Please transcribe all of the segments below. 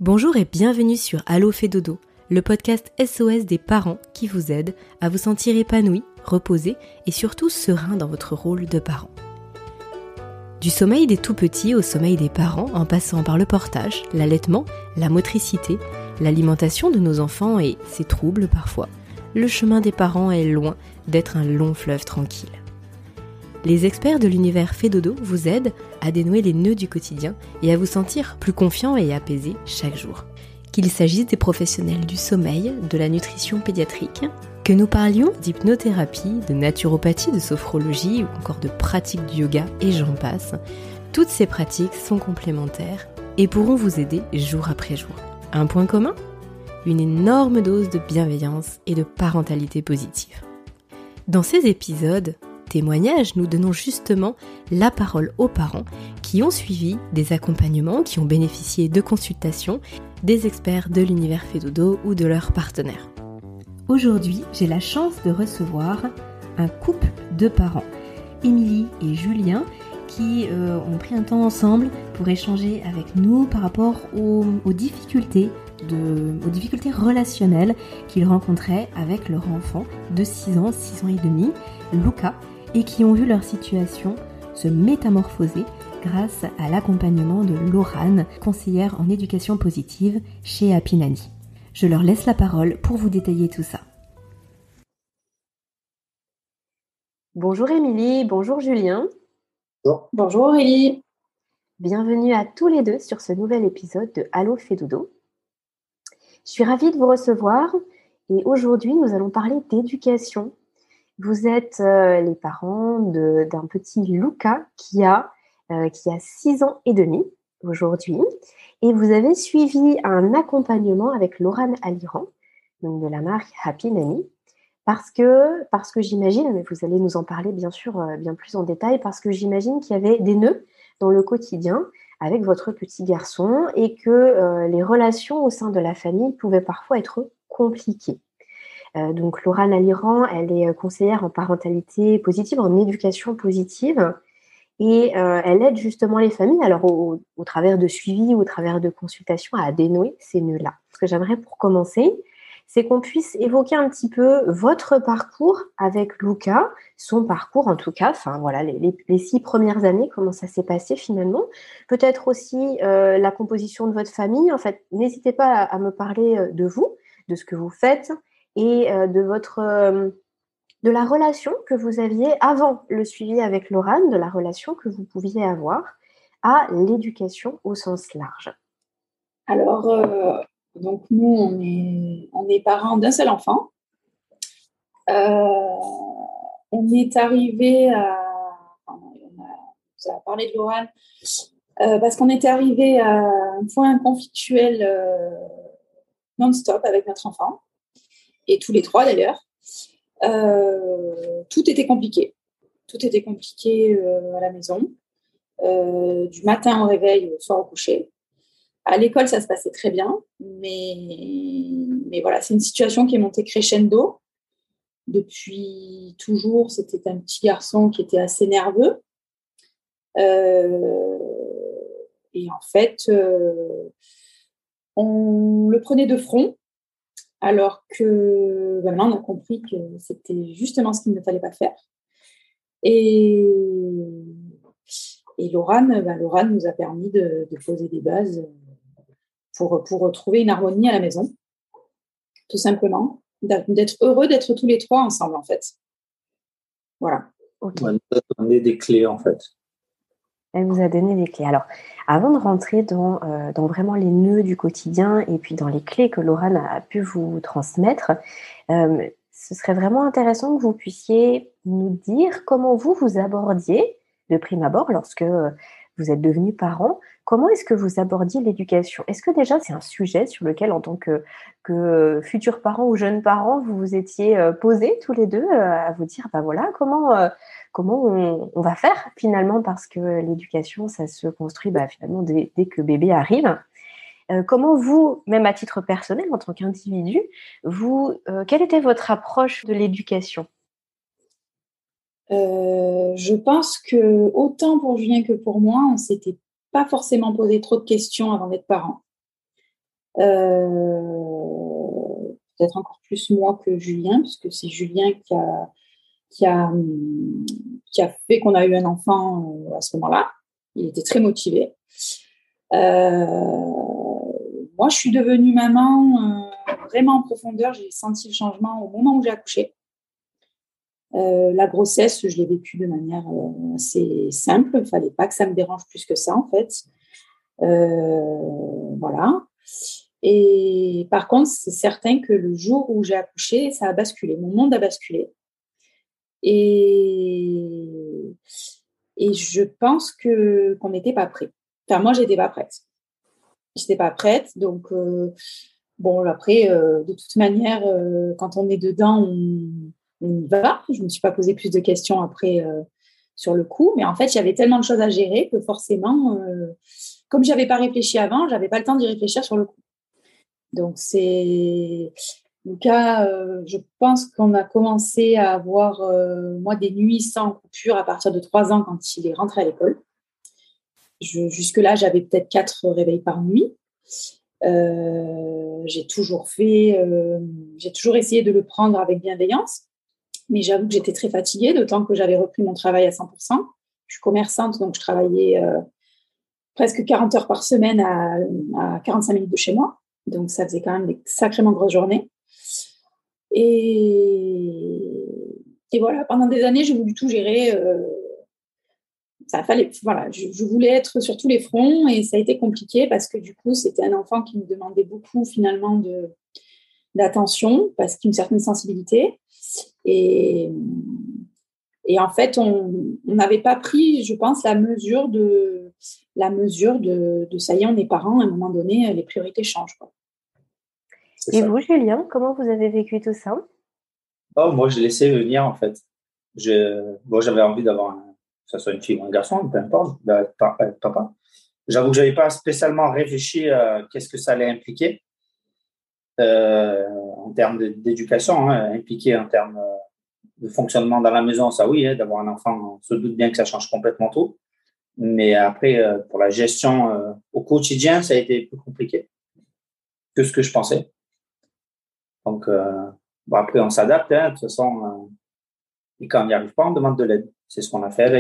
Bonjour et bienvenue sur Allo fait dodo, le podcast SOS des parents qui vous aide à vous sentir épanoui, reposé et surtout serein dans votre rôle de parent. Du sommeil des tout-petits au sommeil des parents, en passant par le portage, l'allaitement, la motricité, l'alimentation de nos enfants et ses troubles parfois, le chemin des parents est loin d'être un long fleuve tranquille. Les experts de l'univers fait dodo vous aident à dénouer les nœuds du quotidien et à vous sentir plus confiant et apaisé chaque jour. Qu'il s'agisse des professionnels du sommeil, de la nutrition pédiatrique, que nous parlions d'hypnothérapie, de naturopathie, de sophrologie ou encore de pratiques du yoga et j'en passe, toutes ces pratiques sont complémentaires et pourront vous aider jour après jour. Un point commun ? Une énorme dose de bienveillance et de parentalité positive. Dans ces épisodes, témoignages, nous donnons justement la parole aux parents qui ont suivi des accompagnements, qui ont bénéficié de consultations, des experts de l'univers fait dodo ou de leurs partenaires. Aujourd'hui, j'ai la chance de recevoir un couple de parents, Émilie et Julien, qui ont pris un temps ensemble pour échanger avec nous par rapport aux difficultés relationnelles qu'ils rencontraient avec leur enfant de 6 ans et demi, Luca, et qui ont vu leur situation se métamorphoser grâce à l'accompagnement de Laurane, conseillère en éducation positive chez Happy Nanny. Je leur laisse la parole pour vous détailler tout ça. Bonjour Émilie, bonjour Julien. Bonjour Aurélie. Bienvenue à tous les deux sur ce nouvel épisode de Allo fait dodo. Je suis ravie de vous recevoir et aujourd'hui nous allons parler d'éducation. Vous êtes les parents d'un petit Luca qui a 6 ans et demi aujourd'hui et vous avez suivi un accompagnement avec Laurane Aliran, donc de la marque Happy Nanny, parce que j'imagine, mais vous allez nous en parler bien sûr bien plus en détail, parce que j'imagine qu'il y avait des nœuds dans le quotidien avec votre petit garçon et que les relations au sein de la famille pouvaient parfois être compliquées. Donc Laurane Aliran, elle est conseillère en parentalité positive, en éducation positive et elle aide justement les familles, alors au travers de suivi ou au travers de consultations, à dénouer ces nœuds-là. Ce que j'aimerais pour commencer, c'est qu'on puisse évoquer un petit peu votre parcours avec Luca, son parcours en tout cas, enfin voilà, les 6 premières années, comment ça s'est passé finalement. Peut-être aussi la composition de votre famille. En fait, n'hésitez pas à me parler de vous, de ce que vous faites, et de la relation que vous aviez avant le suivi avec Laurane, de la relation que vous pouviez avoir à l'éducation au sens large. Alors, donc nous, on est parents d'un seul enfant. On est arrivé ça a parlé de Laurane, parce qu'on était arrivé à un point conflictuel non-stop avec notre enfant, et tous les trois d'ailleurs. Tout était compliqué. Tout était compliqué à la maison, du matin au réveil au soir au coucher. À l'école, ça se passait très bien, mais voilà, c'est une situation qui est montée crescendo. Depuis toujours, c'était un petit garçon qui était assez nerveux. Et en fait, on le prenait de front, alors que maintenant, on a compris que c'était justement ce qu'il ne fallait pas faire. Et Laurane nous a permis de poser des bases pour retrouver une harmonie à la maison, tout simplement, d'être heureux d'être tous les trois ensemble, en fait. Voilà. Okay. Elle nous a donné des clés, en fait. Elle vous a donné des clés. Alors, avant de rentrer dans vraiment les nœuds du quotidien et puis dans les clés que Laurane a pu vous transmettre, ce serait vraiment intéressant que vous puissiez nous dire comment vous abordiez, de prime abord, lorsque vous êtes devenus parents, comment est-ce que vous abordiez l'éducation ? Est-ce que déjà c'est un sujet sur lequel, en tant que futurs parents ou jeunes parents, vous vous étiez posés tous les deux à vous dire, voilà, comment on va faire finalement, parce que l'éducation, ça se construit finalement dès que bébé arrive. Comment vous, même à titre personnel, en tant qu'individu, quelle était votre approche de l'éducation ? Je pense que autant pour Julien que pour moi, on s'était pas forcément posé trop de questions avant d'être parents. Peut-être encore plus moi que Julien, puisque c'est Julien qui a, qui a fait qu'on a eu un enfant à ce moment-là. Il était très motivé. Moi, je suis devenue maman vraiment en profondeur. J'ai senti le changement au moment où j'ai accouché. La grossesse, je l'ai vécue de manière assez simple. Il ne fallait pas que ça me dérange plus que ça, en fait. Voilà. Et par contre, c'est certain que le jour où j'ai accouché, ça a basculé. Mon monde a basculé. Et je pense qu'on n'était pas prêts. Enfin, moi, j'étais pas prête. J'étais pas prête. Donc, bon, après, de toute manière, quand on est dedans, on y va. Je ne me suis pas posé plus de questions après sur le coup. Mais en fait, il y avait tellement de choses à gérer que forcément, comme je n'avais pas réfléchi avant, je n'avais pas le temps d'y réfléchir sur le coup. Donc, c'est le cas, je pense qu'on a commencé à avoir, moi, des nuits sans coupure à partir de 3 ans quand il est rentré à l'école. Jusque-là, j'avais peut-être 4 réveils par nuit. J'ai toujours essayé de le prendre avec bienveillance, mais j'avoue que j'étais très fatiguée, d'autant que j'avais repris mon travail à 100%. Je suis commerçante, donc je travaillais presque 40 heures par semaine à 45 minutes de chez moi. Donc, ça faisait quand même des sacrément grosses journées. Et voilà, pendant des années, j'ai voulu tout gérer. Voilà, je voulais être sur tous les fronts et ça a été compliqué parce que du coup, c'était un enfant qui me demandait beaucoup finalement d'attention parce qu'il a une certaine sensibilité. Et en fait, on n'avait pas pris, je pense, la mesure de ça y est, on est parents, à un moment donné, les priorités changent, quoi. Et vous, Julien, comment vous avez vécu tout ça? Moi, je laissais venir, en fait. J'avais envie d'avoir, que ce soit une fille ou un garçon, peu importe, d'être papa. J'avoue que je n'avais pas spécialement réfléchi à qu'est-ce que ça allait impliquer en termes d'éducation, impliquer en termes de fonctionnement dans la maison, ça oui, d'avoir un enfant, on se doute bien que ça change complètement tout. Mais après, pour la gestion au quotidien, ça a été plus compliqué que ce que je pensais. Donc, après, on s'adapte. De toute façon, et quand on n'y arrive pas, on demande de l'aide. C'est ce qu'on a fait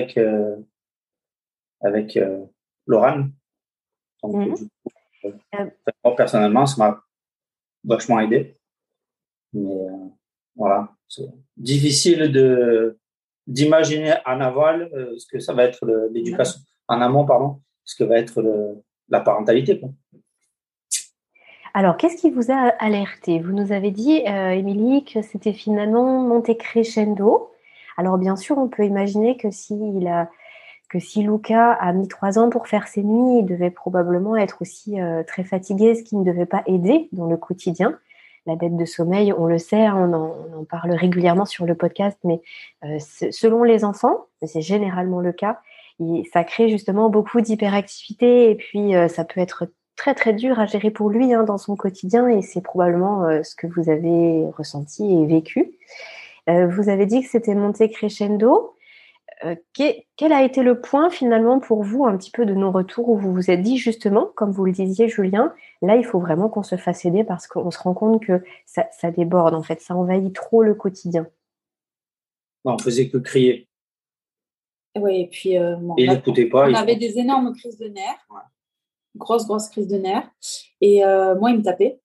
avec Laurent. Donc, moi, personnellement, ça m'a vachement aidé. Mais voilà, c'est difficile d'imaginer en aval ce que ça va être l'éducation, en amont, pardon, ce que va être la parentalité, quoi. Alors, qu'est-ce qui vous a alerté? Vous nous avez dit, Émilie, que c'était finalement monté crescendo. Alors, bien sûr, on peut imaginer que si Luca a mis 3 ans pour faire ses nuits, il devait probablement être aussi très fatigué, ce qui ne devait pas aider dans le quotidien. La dette de sommeil, on le sait, on en parle régulièrement sur le podcast, mais selon les enfants, c'est généralement le cas, ça crée justement beaucoup d'hyperactivité et puis ça peut être très très dur à gérer pour lui dans son quotidien et c'est probablement ce que vous avez ressenti et vécu. Vous avez dit que c'était monté crescendo. Quel a été le point finalement pour vous un petit peu de non-retour où vous vous êtes dit justement, comme vous le disiez Julien, là il faut vraiment qu'on se fasse aider parce qu'on se rend compte que ça déborde en fait, ça envahit trop le quotidien. On faisait que crier. Oui, et puis il n'écoutait pas. On avait des énormes crises de nerfs, grosses crises de nerfs, et moi il me tapait.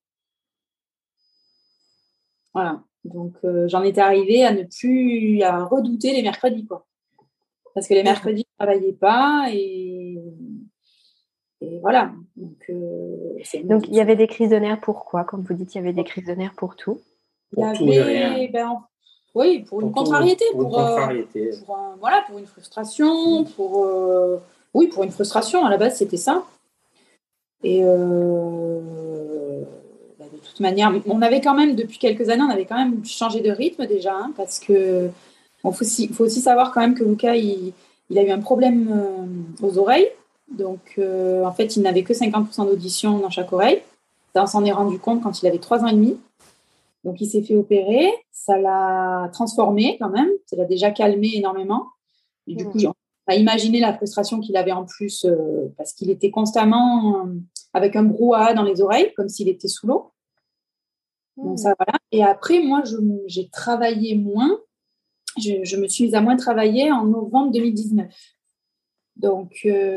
Voilà, donc j'en étais arrivée à redouter les mercredis, quoi. Parce que les mercredis, je ne travaillais pas et voilà. Donc, il y avait des crises de nerfs pour quoi? Comme vous dites, il y avait des crises de nerfs pour tout. Il y avait, oui, pour une contrariété, pour une frustration, pour une frustration. À la base, c'était ça. Et de toute manière, on avait quand même, depuis quelques années, on avait quand même changé de rythme déjà, parce que faut aussi savoir quand même que Luca, il a eu un problème aux oreilles. Donc, en fait, il n'avait que 50% d'audition dans chaque oreille. Ça, on s'en est rendu compte quand il avait 3 ans et demi. Donc, il s'est fait opérer. Ça l'a transformé quand même. Ça l'a déjà calmé énormément. Et du coup, on a imaginé la frustration qu'il avait en plus parce qu'il était constamment avec un brouhaha dans les oreilles, comme s'il était sous l'eau. Donc ça, voilà. Et après, moi, j'ai travaillé moins. Je me suis mise à moins travailler en novembre 2019. Donc,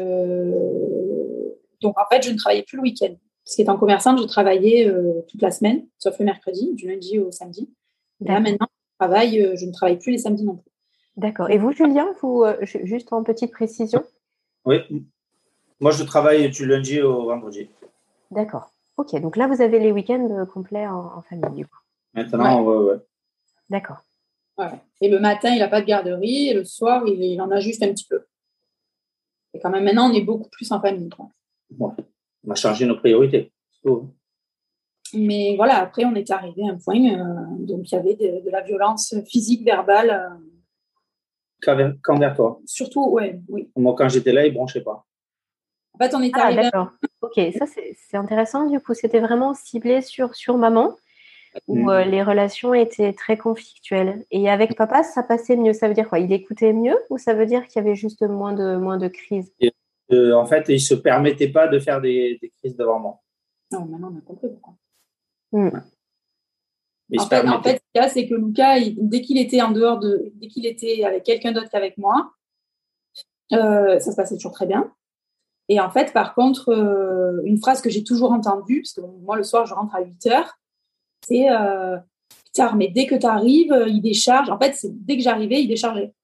en fait, je ne travaillais plus le week-end. Parce qu'étant commerçante, je travaillais toute la semaine, sauf le mercredi, du lundi au samedi. Là, maintenant, je ne travaille plus les samedis non plus. D'accord. Et vous, Julien, juste en petite précision? Oui. Moi, je travaille du lundi au vendredi. D'accord. Ok. Donc là, vous avez les week-ends complets en famille, du coup. Maintenant, ouais. D'accord. Ouais. Et le matin, il n'a pas de garderie. Et le soir, il en a juste un petit peu. Et quand même, maintenant, on est beaucoup plus en famille. Ouais. On a changé nos priorités. Mais voilà, après, on est arrivé à un point, donc il y avait de la violence physique, verbale. Qu'envers toi. Surtout, oui. Moi, quand j'étais là, ils ne branchaient pas. En fait, on est arrivé. D'accord. Ok, ça c'est intéressant. Du coup, c'était vraiment ciblé sur maman, où les relations étaient très conflictuelles. Et avec papa, ça passait mieux. Ça veut dire quoi? Il écoutait mieux ou ça veut dire qu'il y avait juste moins de crises? En fait, il ne se permettait pas de faire des crises devant moi. Non, maintenant, on a compris pourquoi. En fait, ce qu'il y a, c'est que Lucas, dès qu'il était avec quelqu'un d'autre qu'avec moi, ça se passait toujours très bien. Et en fait, par contre, une phrase que j'ai toujours entendue, parce que moi, le soir, je rentre à 8h, c'est putain, mais dès que tu arrives, il décharge. En fait, dès que j'arrivais, il déchargeait.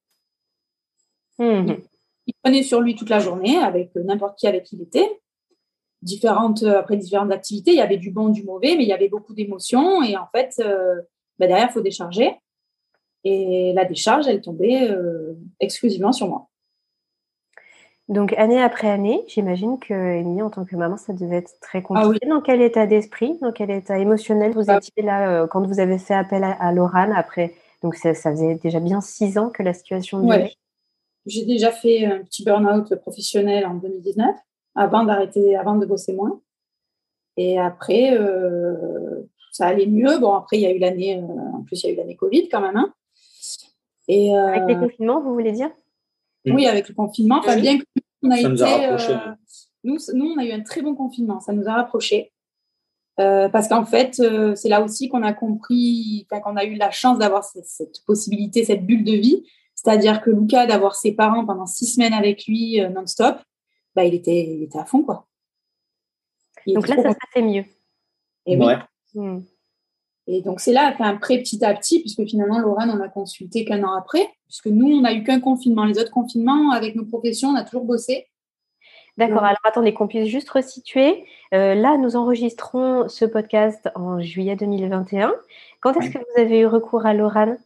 Il prenait sur lui toute la journée avec n'importe qui avec qui il était. Après différentes activités, il y avait du bon, du mauvais, mais il y avait beaucoup d'émotions. Et en fait, derrière, il faut décharger. Et la décharge, elle tombait exclusivement sur moi. Donc, année après année, j'imagine que Émilie, en tant que maman, ça devait être très compliqué. Dans quel état d'esprit, dans quel état émotionnel vous étiez là quand vous avez fait appel à Laurane après? Donc, ça faisait déjà bien 6 ans que la situation durait. Ouais. J'ai déjà fait un petit burn-out professionnel en 2019, avant de bosser moins. Et après, ça allait mieux. Bon, après, il y a eu l'année, en plus, il y a eu l'année Covid quand même. Hein. Et, avec les confinements, vous voulez dire? Oui, avec le confinement. Enfin, bien que on a ça nous a rapprochés. Nous, on a eu un très bon confinement. Ça nous a rapprochés. Parce qu'en fait, c'est là aussi qu'on a compris, qu'on a eu la chance d'avoir cette possibilité, cette bulle de vie. C'est-à-dire que Lucas, d'avoir ses parents pendant 6 semaines avec lui non-stop, il était à fond, quoi. Donc là, ça se passait mieux. Et oui. Et donc, c'est là, après, petit à petit, puisque finalement, Laurane, on a consulté qu'un an après, puisque nous, on n'a eu qu'un confinement. Les autres confinements, avec nos professions, on a toujours bossé. D'accord. Alors, attendez, qu'on puisse juste resituer. Là, nous enregistrons ce podcast en juillet 2021. Quand est-ce que vous avez eu recours à Laurane?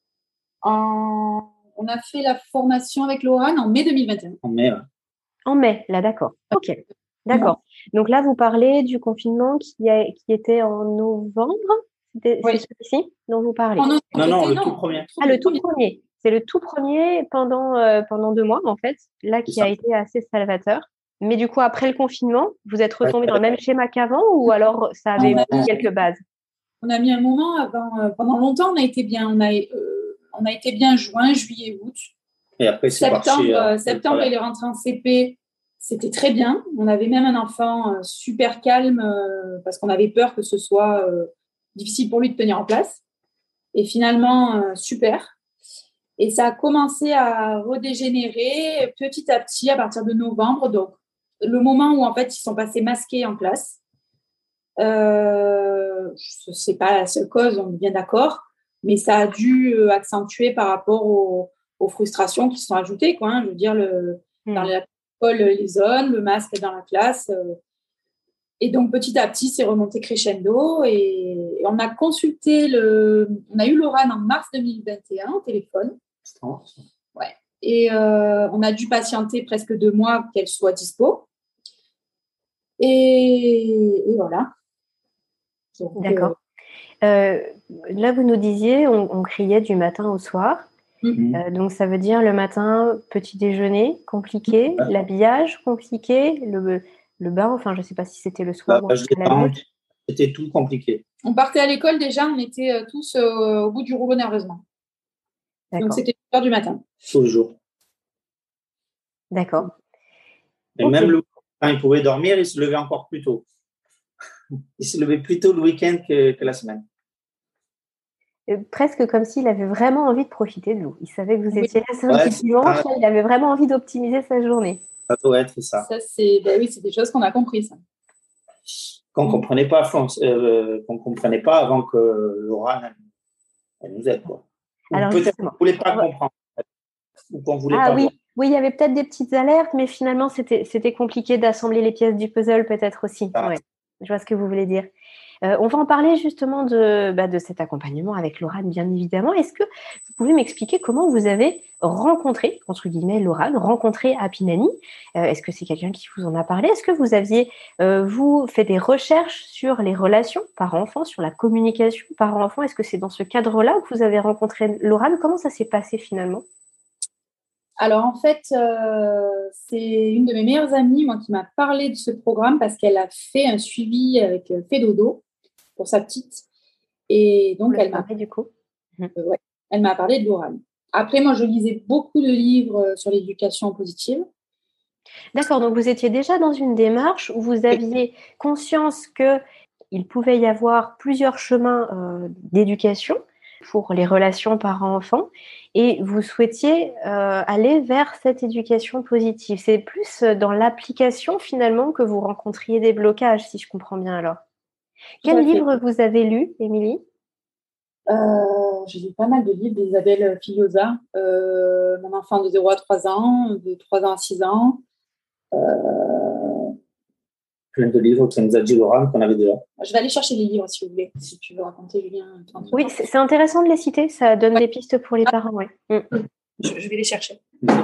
On a fait la formation avec Laurane en mai 2021. En mai, ouais. En mai, là, d'accord. Ok. D'accord. Donc là, vous parlez du confinement qui était en novembre. C'est celui-ci dont vous parlez? Non, le tout premier. Ah, le tout premier. C'est le tout premier pendant 2 mois, en fait, là, qui a été assez salvateur. Mais du coup, après le confinement, vous êtes retombé dans le même schéma qu'avant ou alors ça avait quelques bases? On a mis un moment avant. Pendant longtemps, on a été bien. On a été bien juin, juillet, août. Et après, septembre, il est rentré en CP. C'était très bien. On avait même un enfant super calme parce qu'on avait peur que ce soit difficile pour lui de tenir en place. Et finalement, super. Et ça a commencé à redégénérer petit à petit à partir de novembre. Donc, le moment où, en fait, ils sont passés masqués en classe. Ce n'est pas la seule cause, on est bien d'accord. Mais ça a dû accentuer par rapport aux frustrations qui se sont ajoutées. Quoi, hein. Je veux dire, dans l'école, les zones, le masque dans la classe. Et donc, petit à petit, c'est remonté crescendo. Et on a consulté on a eu Laurane en mars 2021 au téléphone. Ouais. Et on a dû patienter presque 2 mois qu'elle soit dispo. Et voilà. Donc, d'accord. Là, vous nous disiez, on criait du matin au soir. Donc, ça veut dire le matin, petit déjeuner compliqué, l'habillage compliqué, le bain, enfin, je ne sais pas si c'était le soir ou la nuit. C'était tout compliqué. On partait à l'école déjà, on était tous au bout du rouleau nerveusement. Donc, c'était 8h du matin. Toujours. D'accord. Et même quand il pouvait dormir, il se levait encore plus tôt. Il se levait plus tôt le week-end que la semaine. Presque comme s'il avait vraiment envie de profiter de vous. Il savait que vous étiez là samedi, Ouais, dimanche, il avait vraiment envie d'optimiser sa journée. ça doit être ça. Ça, c'est des choses qu'on a compris, ça. Qu'on ne comprenait pas, avant que Laura elle nous aide, quoi. Ou Alors, peut-être justement, qu'on ne voulait pas comprendre. Ou qu'on voulait ah pas oui, voir. oui, il y avait peut-être des petites alertes, mais finalement, c'était compliqué d'assembler les pièces du puzzle, peut-être aussi. Ah. Ouais, je vois ce que vous voulez dire. On va en parler justement de cet accompagnement avec Laurane, bien évidemment. Est-ce que vous pouvez m'expliquer comment vous avez rencontré, entre guillemets, Laurane, rencontré Happy Nanny? Est-ce que c'est quelqu'un qui vous en a parlé? Est-ce que vous aviez, vous, fait des recherches sur les relations parents-enfants, sur la communication parents-enfants? Est-ce que c'est dans ce cadre-là que vous avez rencontré Laurane? Comment ça s'est passé finalement? Alors, en fait, c'est une de mes meilleures amies, moi, qui m'a parlé de ce programme parce qu'elle a fait un suivi avec Fedodo pour sa petite. Et donc, elle m'a parlé de Laurane. Après, moi, je lisais beaucoup de livres sur l'éducation positive. D'accord, donc vous étiez déjà dans une démarche où vous aviez conscience qu'il pouvait y avoir plusieurs chemins d'éducation pour les relations parents-enfants et vous souhaitiez aller vers cette éducation positive. C'est plus dans l'application finalement que vous rencontriez des blocages, si je comprends bien alors. Quel livre vous avez lu, Émilie? J'ai lu pas mal de livres d'Isabelle Filiosa, Mon enfant de 0 à 3 ans, de 3 ans à 6 ans. Plein de livres que nous a dit Laurane qu'on avait déjà. Je vais aller chercher les livres si vous voulez, si tu veux raconter, Julien. Oui, c'est intéressant de les citer, ça donne des pistes pour les parents. Ouais. Je vais les chercher.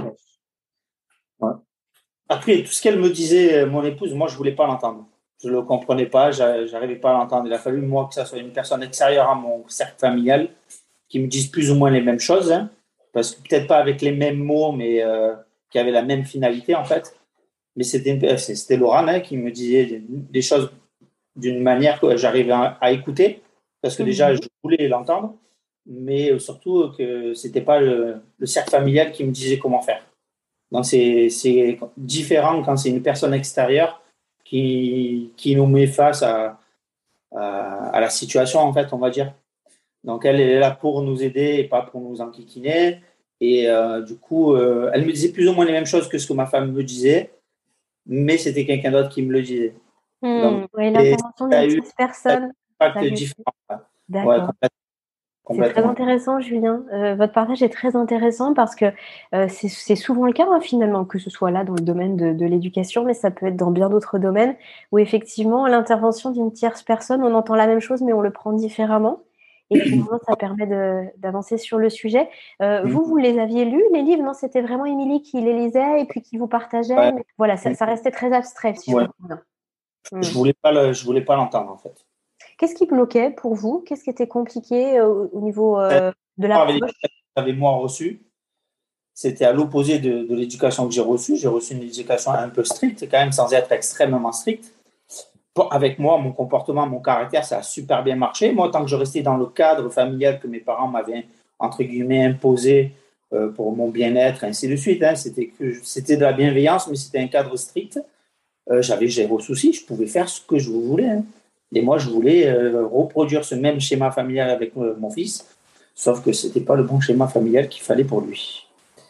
Ouais. Après, tout ce qu'elle me disait, mon épouse, moi, je ne voulais pas l'entendre. Je ne le comprenais pas, je n'arrivais pas à l'ententendre. Il a fallu, moi, que ça soit une personne extérieure à mon cercle familial qui me dise plus ou moins les mêmes choses, hein, parce que peut-être pas avec les mêmes mots, mais qui avait la même finalité, en fait. Mais c'était Laurane qui me disait des choses d'une manière que j'arrivais à écouter, parce que déjà, je voulais l'entendre, mais surtout que ce n'était pas le cercle familial qui me disait comment faire. Donc, c'est différent quand c'est une personne extérieure qui nous met face à la situation, en fait, on va dire. Donc, elle est là pour nous aider et pas pour nous enquiquiner. Et du coup, elle me disait plus ou moins les mêmes choses que ce que ma femme me disait, mais c'était quelqu'un d'autre qui me le disait. Donc, oui, l'intervention d'une tierce personne. Un impact différent. D'accord. Ouais, c'est très intéressant, Julien. Votre partage est très intéressant parce que c'est souvent le cas, hein, finalement, que ce soit là dans le domaine de l'éducation, mais ça peut être dans bien d'autres domaines où effectivement, l'intervention d'une tierce personne, on entend la même chose, mais on le prend différemment. Et finalement, ça permet d'avancer sur le sujet. Vous les aviez lus, les livres? Non, c'était vraiment Émilie qui les lisait et puis qui vous partageait. Ouais. Mais voilà, ça restait très abstrait, si je comprends bien. Je voulais pas l'entendre, en fait. Qu'est-ce qui bloquait pour vous? Qu'est-ce qui était compliqué au niveau de l'approche? J'avais moi reçu. C'était à l'opposé de l'éducation que j'ai reçue. J'ai reçu une éducation un peu stricte, quand même, sans être extrêmement stricte. Avec moi, mon comportement, mon caractère, ça a super bien marché. Moi, tant que je restais dans le cadre familial que mes parents m'avaient, entre guillemets, imposé pour mon bien-être, ainsi de suite. Hein. C'était de la bienveillance, mais c'était un cadre strict. J'avais zéro souci, je pouvais faire ce que je voulais. Hein. Et moi, je voulais reproduire ce même schéma familial avec mon fils, sauf que ce n'était pas le bon schéma familial qu'il fallait pour lui.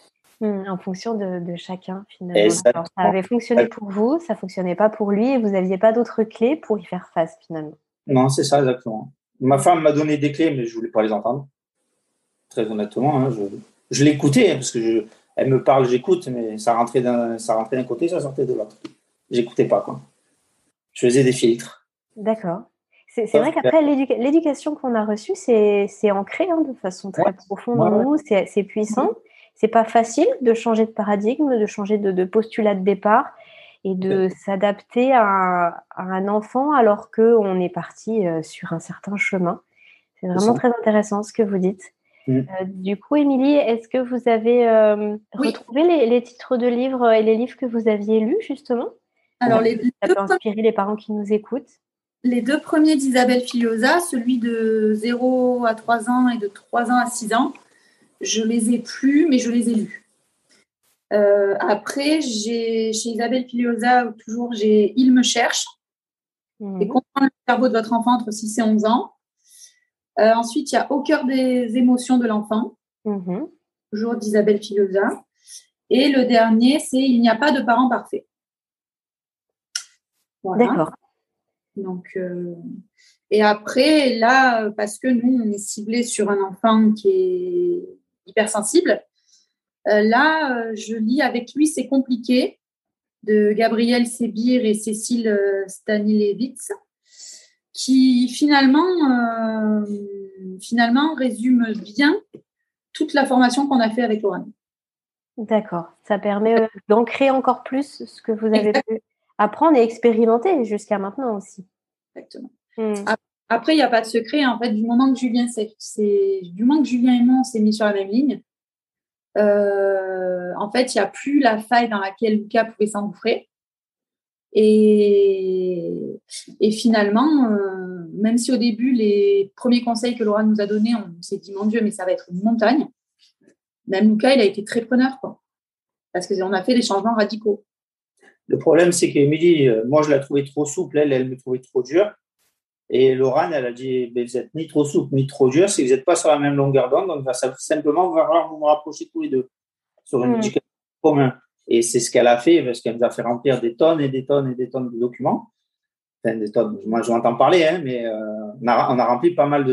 En fonction de chacun, finalement. Ça avait fonctionné pour vous, ça ne fonctionnait pas pour lui et vous n'aviez pas d'autres clés pour y faire face, finalement. Non, c'est ça, exactement. Ma femme m'a donné des clés, mais je ne voulais pas les entendre. Très honnêtement, hein, je l'écoutais, parce que elle me parle, j'écoute, mais ça rentrait d'un côté, ça sortait de l'autre. J'écoutais pas, quoi. Je faisais des filtres. D'accord. C'est vrai qu'après, l'éducation qu'on a reçue, c'est ancré de façon très profonde en nous, c'est puissant. C'est pas facile de changer de paradigme, de changer de postulat de départ et de s'adapter à un enfant alors qu'on est parti sur un certain chemin. C'est vraiment très intéressant ce que vous dites. Du coup, Émilie, est-ce que vous avez retrouvé les titres de livres et les livres que vous aviez lus, justement? Alors, ça peut inspirer les parents qui nous écoutent. Les deux premiers d'Isabelle Filiosa, celui de 0 à 3 ans et de 3 ans à 6 ans, je les ai plus, mais je les ai lus. Après, chez Isabelle Filiosa, toujours, j'ai Il me cherche. Et comprendre le cerveau de votre enfant entre 6 et 11 ans. Ensuite, il y a Au cœur des émotions de l'enfant, toujours d'Isabelle Filiosa. Et le dernier, c'est Il n'y a pas de parents parfaits. Voilà. D'accord. Donc, et après, là, parce que nous, on est ciblé sur un enfant qui est hypersensible, là, je lis avec lui C'est compliqué de Gabrielle Sébir et Cécile Stanilevitz, qui finalement résume bien toute la formation qu'on a fait avec Laurent. D'accord. Ça permet d'ancrer encore plus ce que vous avez pu apprendre et expérimenter jusqu'à maintenant aussi. Exactement. Après, il n'y a pas de secret. En fait, du moment que Julien et moi, on s'est mis sur la même ligne, en fait, il n'y a plus la faille dans laquelle Lucas pouvait s'engouffrer. Et finalement, même si au début, les premiers conseils que Laura nous a donnés, on s'est dit, mon Dieu, mais ça va être une montagne. Même Lucas, il a été très preneur, quoi. Parce qu'on a fait des changements radicaux. Le problème, c'est qu'Émilie, moi, je la trouvais trop souple. Elle me trouvait trop dure. Et Laurent, elle a dit, vous n'êtes ni trop souple, ni trop dur. Si vous n'êtes pas sur la même longueur d'onde, donc simplement, on va falloir vous rapprocher tous les deux sur une éducation commune. Et c'est ce qu'elle a fait, parce qu'elle nous a fait remplir des tonnes et des tonnes et des tonnes de documents. Enfin, des tonnes, moi, je m'entends parler, mais on a rempli pas mal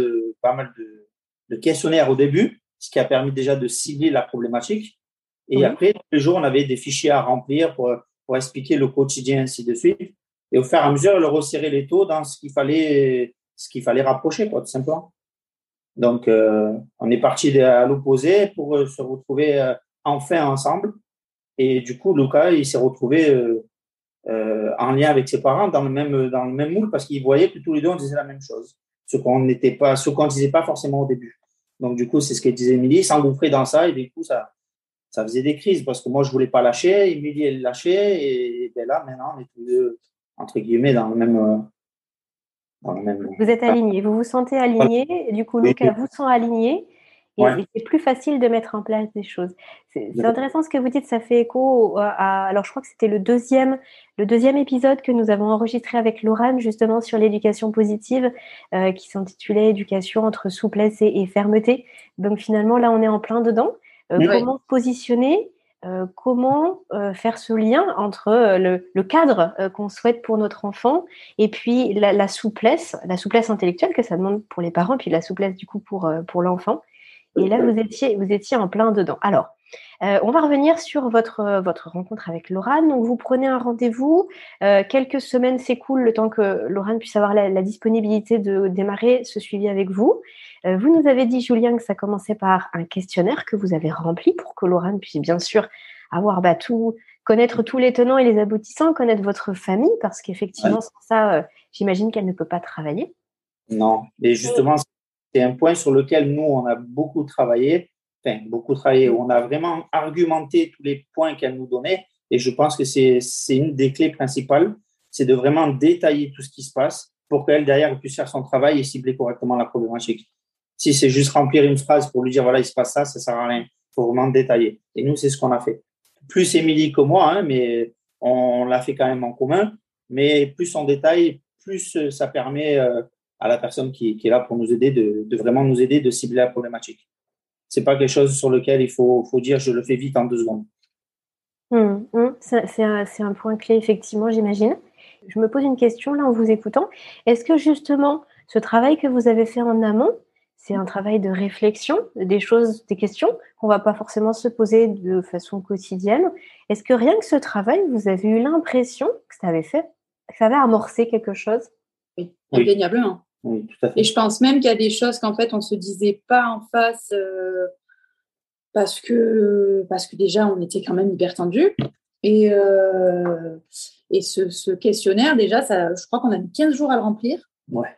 de questionnaires au début, ce qui a permis déjà de cibler la problématique. Et après, tous les jours, on avait des fichiers à remplir pour expliquer le quotidien, ainsi de suite. Et au fur et à mesure, leur resserrer les taux dans ce qu'il fallait rapprocher, quoi, tout simplement. Donc, on est parti à l'opposé pour se retrouver enfin ensemble. Et du coup, Lucas, il s'est retrouvé en lien avec ses parents dans le même moule parce qu'il voyait que tous les deux, on disait la même chose. Ce qu'on disait pas forcément au début. Donc, du coup, c'est ce que disait Émilie, s'engouffrer dans ça. Et du coup, ça faisait des crises parce que moi, je voulais pas lâcher. Émilie, elle lâchait. Et ben là, maintenant, on est tous deux, entre guillemets, dans le même. Vous êtes alignés, vous vous sentez alignés, et du coup, Lucas vous sent aligné, et c'est plus facile de mettre en place des choses. C'est intéressant ce que vous dites, ça fait écho alors je crois que c'était le deuxième épisode que nous avons enregistré avec Laurent, justement sur l'éducation positive, qui s'intitulait Éducation entre souplesse et fermeté. Donc finalement, là, on est en plein dedans. Comment se positionner, comment faire ce lien entre le cadre qu'on souhaite pour notre enfant et puis la souplesse intellectuelle que ça demande pour les parents, puis la souplesse du coup pour l'enfant. Et là, vous étiez en plein dedans. Alors, on va revenir sur votre rencontre avec Laurent. Donc, vous prenez un rendez-vous. Quelques semaines s'écoulent le temps que Laurent puisse avoir la disponibilité de démarrer ce suivi avec vous. Vous nous avez dit, Julien, que ça commençait par un questionnaire que vous avez rempli pour que Laurent puisse bien sûr avoir connaître tous les tenants et les aboutissants, connaître votre famille, parce qu'effectivement, sans ça, j'imagine qu'elle ne peut pas travailler. Non, et justement, c'est un point sur lequel nous, on a beaucoup travaillé. On a vraiment argumenté tous les points qu'elle nous donnait, et je pense que c'est une des clés principales, c'est de vraiment détailler tout ce qui se passe pour qu'elle, derrière, puisse faire son travail et cibler correctement la problématique. Si c'est juste remplir une phrase pour lui dire, voilà, il se passe ça, ça sert à rien. Il faut vraiment détailler. Et nous, c'est ce qu'on a fait. Plus Émilie que moi, mais on l'a fait quand même en commun. Mais plus on détaille, plus ça permet à la personne qui est là pour nous aider de vraiment nous aider de cibler la problématique. C'est pas quelque chose sur lequel il faut dire je le fais vite en 2 secondes. C'est un point clé, effectivement, j'imagine. Je me pose une question là en vous écoutant. Est-ce que justement, ce travail que vous avez fait en amont, c'est un travail de réflexion, des questions qu'on ne va pas forcément se poser de façon quotidienne? Est-ce que rien que ce travail, vous avez eu l'impression que ça avait amorcé quelque chose? Oui, indéniablement. Oui, tout à fait. Et je pense même qu'il y a des choses qu'en fait, on ne se disait pas en face parce que déjà, on était quand même hyper tendus. Et ce questionnaire, déjà, je crois qu'on a mis 15 jours à le remplir. Ouais.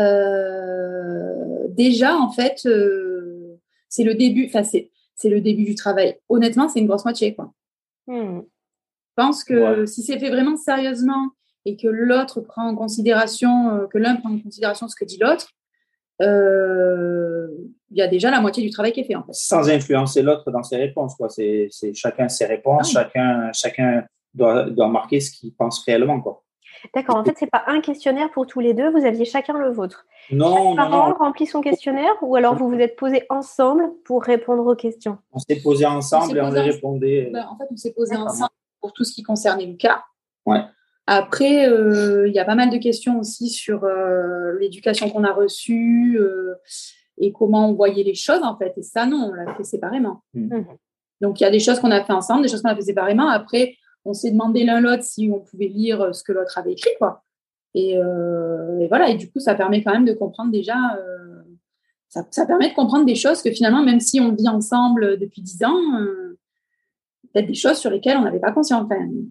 Déjà, en fait, c'est le début. Enfin, c'est le début du travail. Honnêtement, c'est une grosse moitié, quoi. Je pense que si c'est fait vraiment sérieusement et que l'autre prend en considération, que l'un prend en considération ce que dit l'autre, il y a déjà la moitié du travail qui est fait, en fait. Sans influencer l'autre dans ses réponses, quoi. C'est chacun ses réponses, chacun doit marquer ce qu'il pense réellement, quoi. D'accord. En fait, c'est pas un questionnaire pour tous les deux. Vous aviez chacun le vôtre. Non. Chaque parent remplit son questionnaire ou alors vous vous êtes posés ensemble pour répondre aux questions? On s'est posés ensemble et on les répondait. En fait, on s'est posés ensemble pour tout ce qui concernait Lucas. Ouais. Après, il y a pas mal de questions aussi sur l'éducation qu'on a reçue et comment on voyait les choses, en fait. Et ça, non, on l'a fait séparément. Donc, il y a des choses qu'on a fait ensemble, des choses qu'on a fait séparément. Après, on s'est demandé l'un l'autre si on pouvait lire ce que l'autre avait écrit, quoi. Et voilà. Et du coup, ça permet quand même de comprendre déjà... ça permet de comprendre des choses que finalement, même si on vit ensemble depuis 10 ans, peut-être des choses sur lesquelles on n'avait pas conscience.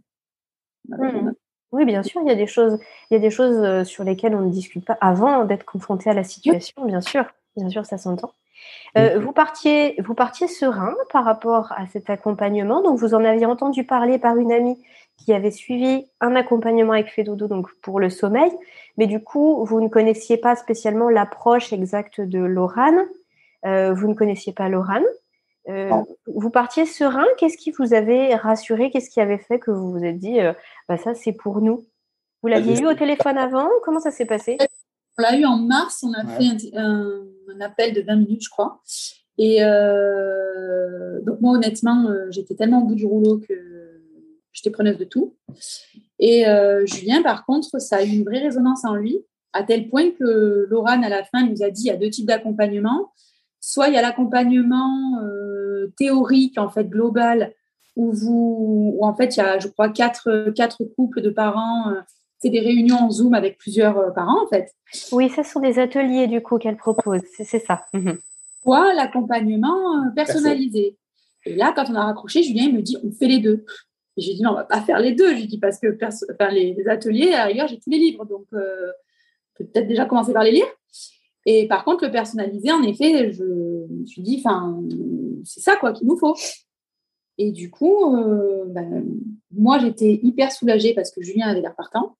Oui, bien sûr, il y a des choses sur lesquelles on ne discute pas avant d'être confronté à la situation, bien sûr, ça s'entend. Vous partiez serein par rapport à cet accompagnement, donc vous en aviez entendu parler par une amie qui avait suivi un accompagnement avec Fedodo, donc pour le sommeil, mais du coup, vous ne connaissiez pas spécialement l'approche exacte de Laurane, vous ne connaissiez pas Laurane. Vous partiez serein. Qu'est-ce qui vous avait rassuré? Qu'est-ce qui avait fait que vous vous êtes dit ça c'est pour nous? Vous l'aviez eu au téléphone avant? Comment ça s'est passé? On l'a eu en mars, on a fait un appel de 20 minutes, je crois. Et donc moi, honnêtement, j'étais tellement au bout du rouleau que j'étais preneuse de tout. Et Julien, par contre, ça a eu une vraie résonance en lui, à tel point que Laurane, à la fin, nous a dit il y a 2 types d'accompagnement. Soit il y a l'accompagnement théorique, en fait, global, où en fait, il y a, je crois, 4 couples de parents. C'est des réunions en Zoom avec plusieurs parents, en fait. Oui, ce sont des ateliers, du coup, qu'elle propose. C'est ça. Soit l'accompagnement personnalisé. Et là, quand on a raccroché, Julien il me dit, on fait les deux. Et j'ai dit, non, on va pas faire les deux. J'ai dit, parce que les ateliers, à la rigueur, j'ai tous les livres. Donc, peut-être déjà commencer par les lire. Et par contre, le personnalisé, en effet, je me suis dit, c'est ça, quoi, qu'il nous faut. Et du coup, moi, j'étais hyper soulagée parce que Julien avait l'air partant.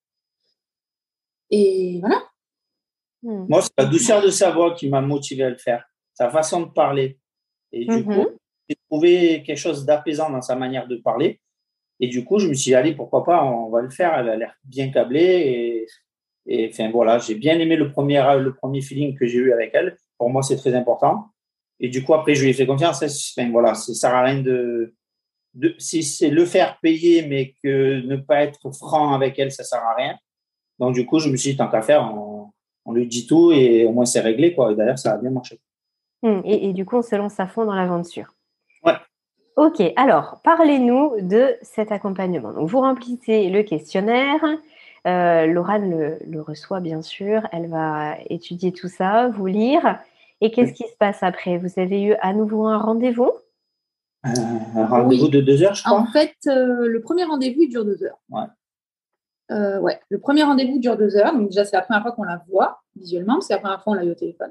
Et voilà. Moi, c'est la douceur de sa voix qui m'a motivé à le faire, sa façon de parler. Et du coup, j'ai trouvé quelque chose d'apaisant dans sa manière de parler. Et du coup, je me suis dit, allez, pourquoi pas, on va le faire. Elle a l'air bien câblée. Et enfin, voilà, j'ai bien aimé le premier feeling que j'ai eu avec elle. Pour moi, c'est très important. Et du coup, après, je lui ai fait confiance. Enfin, voilà, ça sert à rien si c'est le faire payer, mais que ne pas être franc avec elle, ça sert à rien. Donc, du coup, je me suis dit, tant qu'à faire, on lui dit tout et au moins c'est réglé, quoi. Et d'ailleurs, ça a bien marché. Et du coup, on se lance à fond dans l'aventure. Ouais. Ok, alors, parlez-nous de cet accompagnement. Donc, vous remplissez le questionnaire. Laurane le reçoit, bien sûr. Elle va étudier tout ça, vous lire. Et qu'est-ce qui se passe après? Vous avez eu à nouveau un rendez-vous? Un rendez-vous de 2 heures, je crois. En fait, le premier rendez-vous, il dure 2 heures. Ouais. Le premier rendez-vous dure 2 heures. Donc, déjà, c'est la première fois qu'on la voit visuellement. C'est la première fois qu'on l'a eu au téléphone.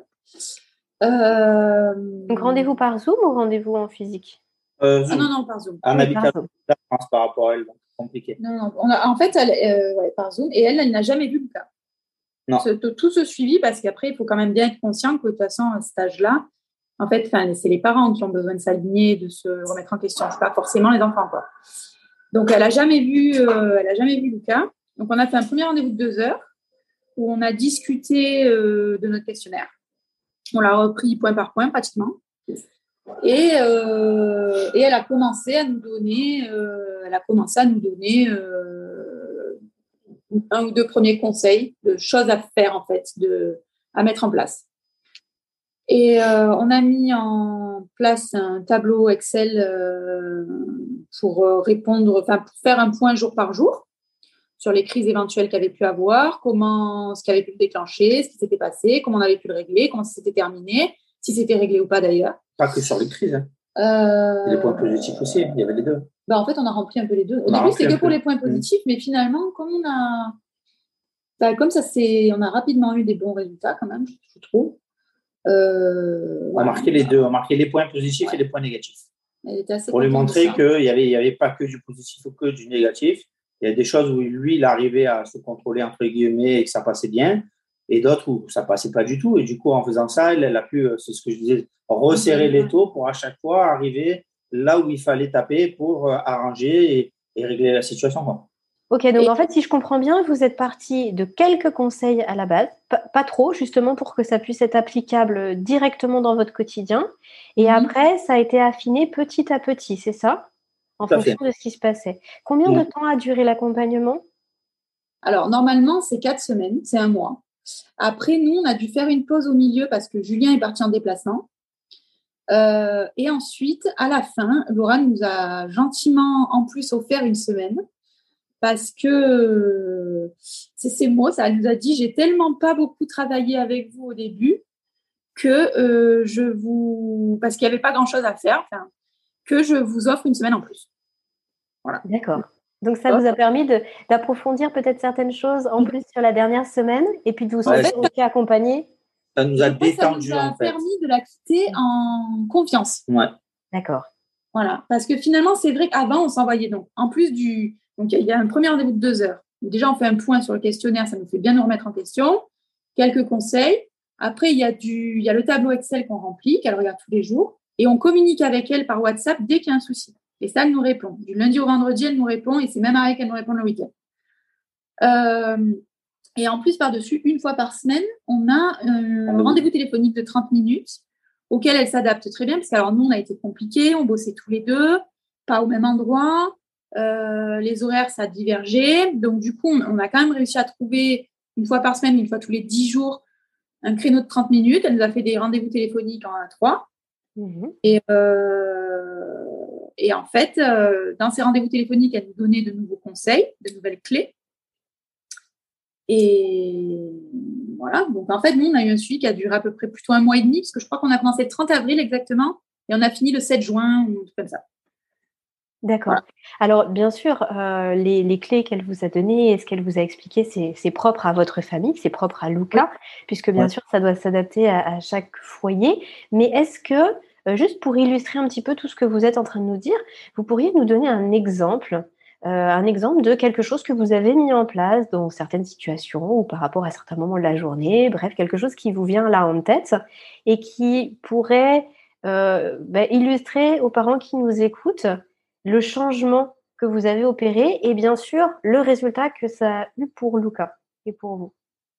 Donc, rendez-vous par Zoom ou rendez-vous en physique? Zoom. Non, par Zoom. On habite à la France par rapport à elle, donc c'est compliqué. Non. En fait, par Zoom. Et elle n'a jamais vu Lucas. Non. Tout ce suivi, parce qu'après, il faut quand même bien être conscient que de toute façon, à cet âge-là, en fait, c'est les parents qui ont besoin de s'aligner, de se remettre en question. C'est pas forcément les enfants, quoi. Donc, elle n'a jamais vu Lucas. Donc, on a fait un premier rendez-vous de 2 heures où on a discuté de notre questionnaire. On l'a repris point par point, pratiquement. Et elle a commencé à nous donner, un ou 2 premiers conseils de choses à faire, en fait, à mettre en place. Et on a mis en place un tableau Excel pour faire un point jour par jour sur les crises éventuelles qu'elle avait pu avoir, ce qui avait pu le déclencher, ce qui s'était passé, comment on avait pu le régler, comment ça s'était terminé, si c'était réglé ou pas d'ailleurs. Pas que sur les crises. Hein. Les points positifs aussi, il y avait les deux. En fait, on a rempli un peu les deux. Au début, c'était que pour les points positifs, mais finalement, comme on a rapidement eu des bons résultats quand même, je trouve. On a marqué les deux, on a marqué les points positifs et les points négatifs. Pour lui montrer qu'il n'y avait pas que du positif ou que du négatif. Il y a des choses où lui, il arrivait à se contrôler, entre guillemets, et que ça passait bien. et d'autres où ça passait pas du tout. Et du coup, en faisant ça, elle a pu, c'est ce que je disais, resserrer les taux pour à chaque fois arriver là où il fallait taper pour arranger et régler la situation, quoi. Ok, donc en fait, si je comprends bien, vous êtes parti de quelques conseils à la base, pas trop, justement pour que ça puisse être applicable directement dans votre quotidien. Et après, ça a été affiné petit à petit, c'est ça? En fonction de ce qui se passait. Combien de temps a duré l'accompagnement? Alors, normalement, c'est 4 semaines, c'est un mois. Après, nous, on a dû faire une pause au milieu parce que Julien est parti en déplacement. Et ensuite, à la fin, Laura nous a gentiment, en plus, offert une semaine parce que c'est ces mots, ça nous a dit, j'ai tellement pas beaucoup travaillé avec vous au début que parce qu'il n'y avait pas grand-chose à faire, que je vous offre une semaine en plus. Voilà. D'accord. Donc, ça vous a permis d'approfondir peut-être certaines choses en plus sur la dernière semaine et puis de vous sentir aussi accompagné. Ça nous a détendu, ça nous a permis de la quitter en confiance. Ouais. D'accord. Voilà. Parce que finalement, c'est vrai qu'avant, on s'envoyait donc. En plus donc, il y a un premier rendez-vous de 2 heures. Déjà, on fait un point sur le questionnaire, ça nous fait bien nous remettre en question. Quelques conseils. Après, il y a le tableau Excel qu'on remplit, qu'elle regarde tous les jours. Et on communique avec elle par WhatsApp dès qu'il y a un souci. Et ça, elle nous répond. Du lundi au vendredi, elle nous répond. Et c'est même avec qu'elle nous répond le week-end. Et en plus, par-dessus, une fois par semaine, on a un rendez-vous téléphonique de 30 minutes auquel elle s'adapte très bien. Parce que alors, nous, on a été compliqués. On bossait tous les deux, pas au même endroit. Les horaires, ça divergeait. Donc, du coup, on a quand même réussi à trouver une fois par semaine, une fois tous les 10 jours, un créneau de 30 minutes. Elle nous a fait des rendez-vous téléphoniques en 3. Et en fait, dans ces rendez-vous téléphoniques, elle nous donnait de nouveaux conseils, de nouvelles clés. Et voilà. Donc, en fait, nous, on a eu un suivi qui a duré à peu près plutôt un mois et demi, parce que je crois qu'on a commencé le 30 avril exactement, et on a fini le 7 juin ou tout comme ça. D'accord. Voilà. Alors, bien sûr, les clés qu'elle vous a données et ce qu'elle vous a expliqué, c'est propre à votre famille, c'est propre à Luca, puisque bien sûr, ça doit s'adapter à chaque foyer. Mais est-ce que, juste pour illustrer un petit peu tout ce que vous êtes en train de nous dire, vous pourriez nous donner un exemple de quelque chose que vous avez mis en place dans certaines situations ou par rapport à certains moments de la journée, bref, quelque chose qui vous vient là en tête et qui pourrait illustrer aux parents qui nous écoutent le changement que vous avez opéré et bien sûr le résultat que ça a eu pour Luca et pour vous.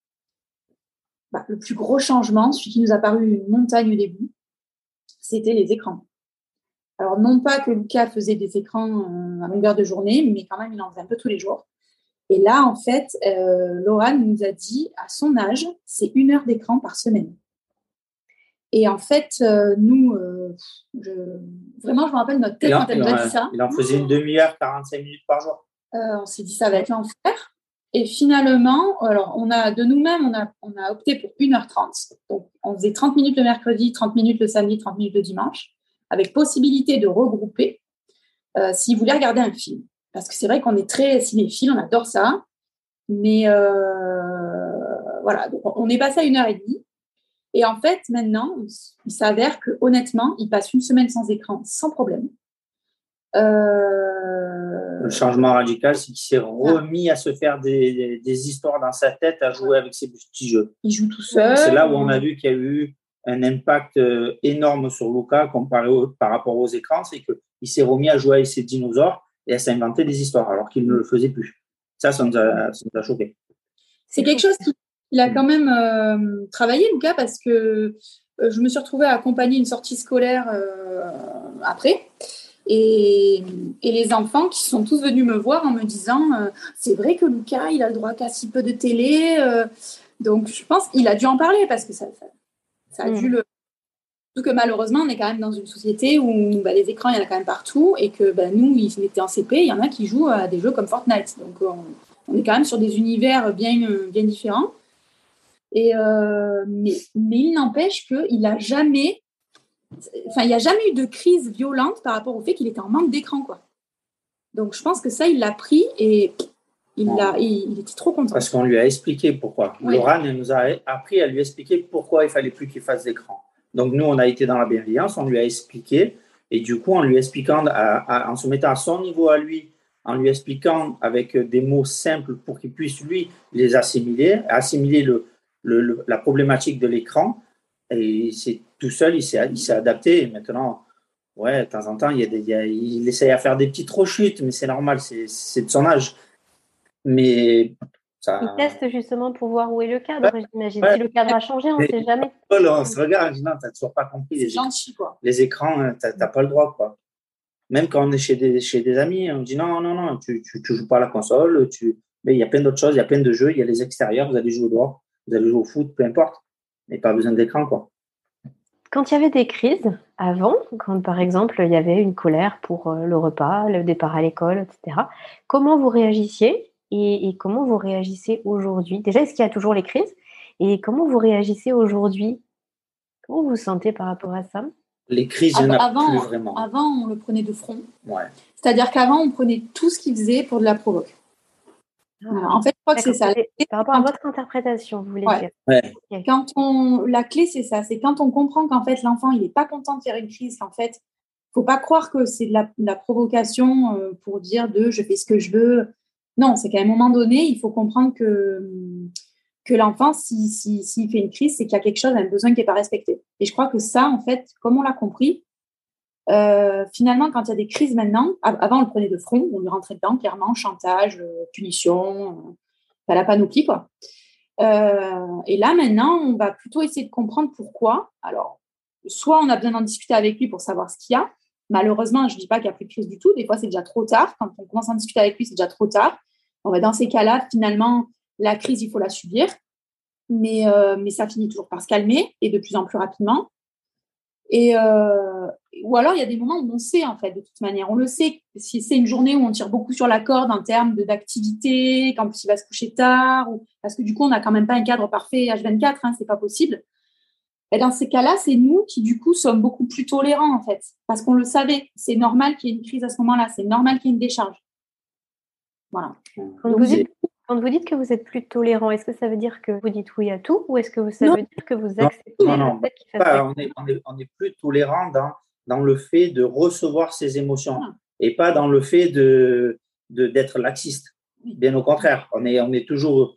Le plus gros changement, celui qui nous a paru une montagne au début, c'était les écrans. Alors, non pas que Luca faisait des écrans à longueur de journée, mais quand même, il en faisait un peu tous les jours. Et là, en fait, Laura nous a dit, à son âge, c'est 1 heure d'écran par semaine. Et en fait, nous, vraiment, je me rappelle notre tête quand elle nous a dit ça. Il en faisait une demi-heure, 45 minutes par jour. On s'est dit, ça va être l'enfer. Et finalement, alors, de nous-mêmes, on a opté pour 1h30. Donc, on faisait 30 minutes le mercredi, 30 minutes le samedi, 30 minutes le dimanche, avec possibilité de regrouper s'ils voulaient regarder un film. Parce que c'est vrai qu'on est très cinéphile, on adore ça. Mais voilà, donc on est passé à 1h30. Et en fait, maintenant, il s'avère que honnêtement, il passe une semaine sans écran, sans problème. Le changement radical, c'est qu'il s'est remis à se faire des histoires dans sa tête, à jouer avec ses petits jeux. Il joue tout seul. C'est là où on a vu qu'il y a eu un impact énorme sur Luca par rapport aux écrans, c'est qu'il s'est remis à jouer avec ses dinosaures et à s'inventer des histoires, alors qu'il ne le faisait plus. Ça nous a choqué. C'est quelque chose qu'il a quand même travaillé, Luca, parce que je me suis retrouvée à accompagner une sortie scolaire après. Et les enfants qui sont tous venus me voir en me disant c'est vrai que Luca, il a le droit qu'à si peu de télé. Donc, je pense qu'il a dû en parler parce que ça a dû le... Surtout que malheureusement, on est quand même dans une société où les écrans, il y en a quand même partout et que nous, ils étaient en CP, il y en a qui jouent à des jeux comme Fortnite. Donc, on est quand même sur des univers bien différents. Mais il n'empêche qu'il n'a jamais... il n'y a jamais eu de crise violente par rapport au fait qu'il était en manque d'écran, quoi. Donc, je pense que ça, il l'a pris et il était trop content. Parce qu'on lui a expliqué pourquoi. Oui. Laura nous a appris à lui expliquer pourquoi il ne fallait plus qu'il fasse d'écran. Donc, nous, on a été dans la bienveillance, on lui a expliqué. Et du coup, en lui expliquant, en se mettant à son niveau à lui, en lui expliquant avec des mots simples pour qu'il puisse, lui, les assimiler la problématique de l'écran. Et c'est tout seul, il s'est adapté. Et maintenant, ouais, de temps en temps, il essaye à faire des petites rechutes, mais c'est normal, c'est de son âge. Mais ça. Il teste justement pour voir où est le cadre, Ouais, j'imagine. ouais. Si le cadre a changé, on ne sait jamais. On se regarde, non, tu n'as toujours pas compris. C'est gentil, quoi. Les écrans, tu n'as pas le droit, quoi. Même quand on est chez des amis, on dit non, tu joues pas à la console. Mais il y a plein d'autres choses, il y a plein de jeux, il y a les extérieurs, vous allez jouer dehors, vous allez jouer au foot, peu importe. Mais pas besoin d'écran, quoi. Quand il y avait des crises avant, quand par exemple il y avait une colère pour le repas, le départ à l'école, etc., comment vous réagissiez et comment vous réagissez aujourd'hui? Déjà, est-ce qu'il y a toujours les crises? Et comment vous réagissez aujourd'hui? Comment vous vous sentez par rapport à ça? Les crises, il n'y en a plus vraiment. Avant, on le prenait de front. Ouais. C'est-à-dire qu'avant, on prenait tout ce qu'il faisait pour de la provoque. En fait, je crois que c'est ça. Par rapport à votre interprétation, vous voulez dire. Ouais. Okay. La clé, c'est ça. C'est quand on comprend qu'en fait, l'enfant, il n'est pas content de faire une crise, qu'en fait, il ne faut pas croire que c'est de la provocation pour dire je fais ce que je veux. Non, c'est qu'à un moment donné, il faut comprendre que l'enfant, s'il fait une crise, c'est qu'il y a quelque chose, un besoin qui n'est pas respecté. Et je crois que ça, en fait, comme on l'a compris, finalement, quand il y a des crises maintenant, avant, on le prenait de front, on lui rentrait dedans, clairement, chantage, punition, la panoplie, quoi. Et là, maintenant, on va plutôt essayer de comprendre pourquoi. Alors, soit on a besoin d'en discuter avec lui pour savoir ce qu'il y a. Malheureusement, je ne dis pas qu'il n'y a plus de crise du tout. Des fois, c'est déjà trop tard. Quand on commence à en discuter avec lui, c'est déjà trop tard. Dans ces cas-là, finalement, la crise, il faut la subir. Mais ça finit toujours par se calmer et de plus en plus rapidement. Ou alors, il y a des moments où on sait, en fait, de toute manière. On le sait. Si c'est une journée où on tire beaucoup sur la corde en termes d'activité, qu'en plus, il va se coucher tard, parce que du coup, on n'a quand même pas un cadre parfait H24, hein, c'est pas possible. Et dans ces cas-là, c'est nous qui, du coup, sommes beaucoup plus tolérants, en fait. Parce qu'on le savait. C'est normal qu'il y ait une crise à ce moment-là. C'est normal qu'il y ait une décharge. Voilà. Quand vous dites que vous êtes plus tolérant, est-ce que ça veut dire que vous dites oui à tout ou est-ce que ça veut dire que vous acceptez le fait qu'il fasse on est plus tolérant dans le fait de recevoir ses émotions et pas dans le fait d'être laxiste. Bien au contraire, on est toujours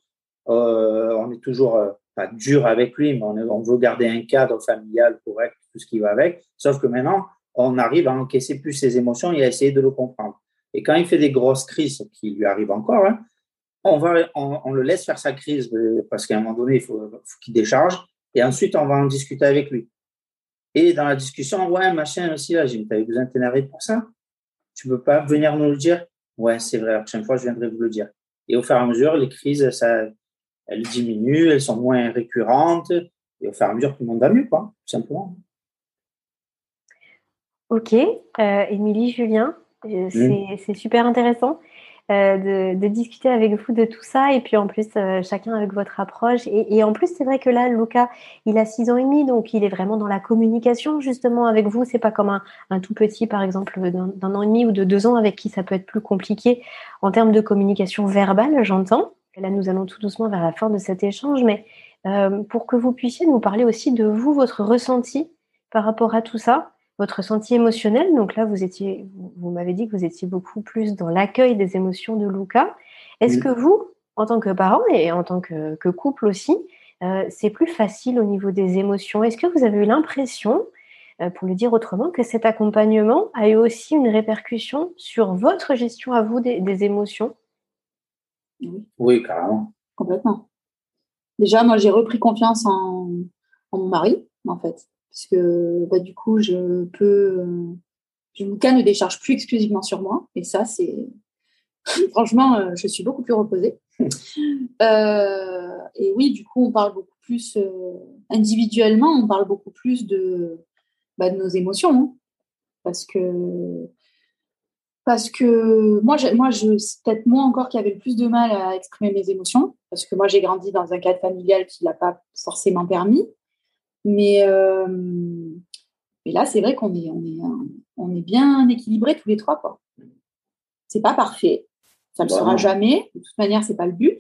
pas dur avec lui, mais on veut garder un cadre familial correct, tout ce qui va avec. Sauf que maintenant, on arrive à encaisser plus ses émotions et à essayer de le comprendre. Et quand il fait des grosses crises, qui lui arrivent encore, hein, on le laisse faire sa crise parce qu'à un moment donné, il faut qu'il décharge. Et ensuite, on va en discuter avec lui. Et dans la discussion, ouais, machin aussi, là, tu avais besoin de t'énerver pour ça? Tu ne peux pas venir nous le dire? Ouais, c'est vrai, la prochaine fois, je viendrai vous le dire. Et au fur et à mesure, les crises, elles diminuent, elles sont moins récurrentes. Et au fur et à mesure, tout le monde va mieux, quoi, tout simplement. Ok. Émilie, Julien, c'est super intéressant. De discuter avec vous de tout ça et puis en plus chacun avec votre approche et en plus c'est vrai que là Luca il a 6 ans et demi donc il est vraiment dans la communication justement avec vous, c'est pas comme un tout petit par exemple d'un an et demi ou de 2 ans avec qui ça peut être plus compliqué en termes de communication verbale, j'entends. Et là nous allons tout doucement vers la fin de cet échange mais pour que vous puissiez nous parler aussi de vous, votre ressenti par rapport à tout ça. Votre ressenti émotionnel, donc là, vous m'avez dit que vous étiez beaucoup plus dans l'accueil des émotions de Luca. Est-ce que vous, en tant que parent et en tant que couple aussi, c'est plus facile au niveau des émotions? Est-ce que vous avez eu l'impression, pour le dire autrement, que cet accompagnement a eu aussi une répercussion sur votre gestion à vous des émotions? Oui, carrément. Complètement. Déjà, moi, j'ai repris confiance en mon mari, en fait. Parce que du coup, Luca ne décharge plus exclusivement sur moi. Et ça, c'est... Franchement, je suis beaucoup plus reposée. Et oui, du coup, on parle beaucoup plus... individuellement, on parle beaucoup plus de nos émotions. Hein. Parce que moi, c'est peut-être moi encore qui avait le plus de mal à exprimer mes émotions. Parce que moi, j'ai grandi dans un cadre familial qui ne l'a pas forcément permis. Mais là, c'est vrai qu'on est bien équilibrés tous les trois, quoi. C'est pas parfait, ça ne le sera jamais. De toute manière, c'est pas le but.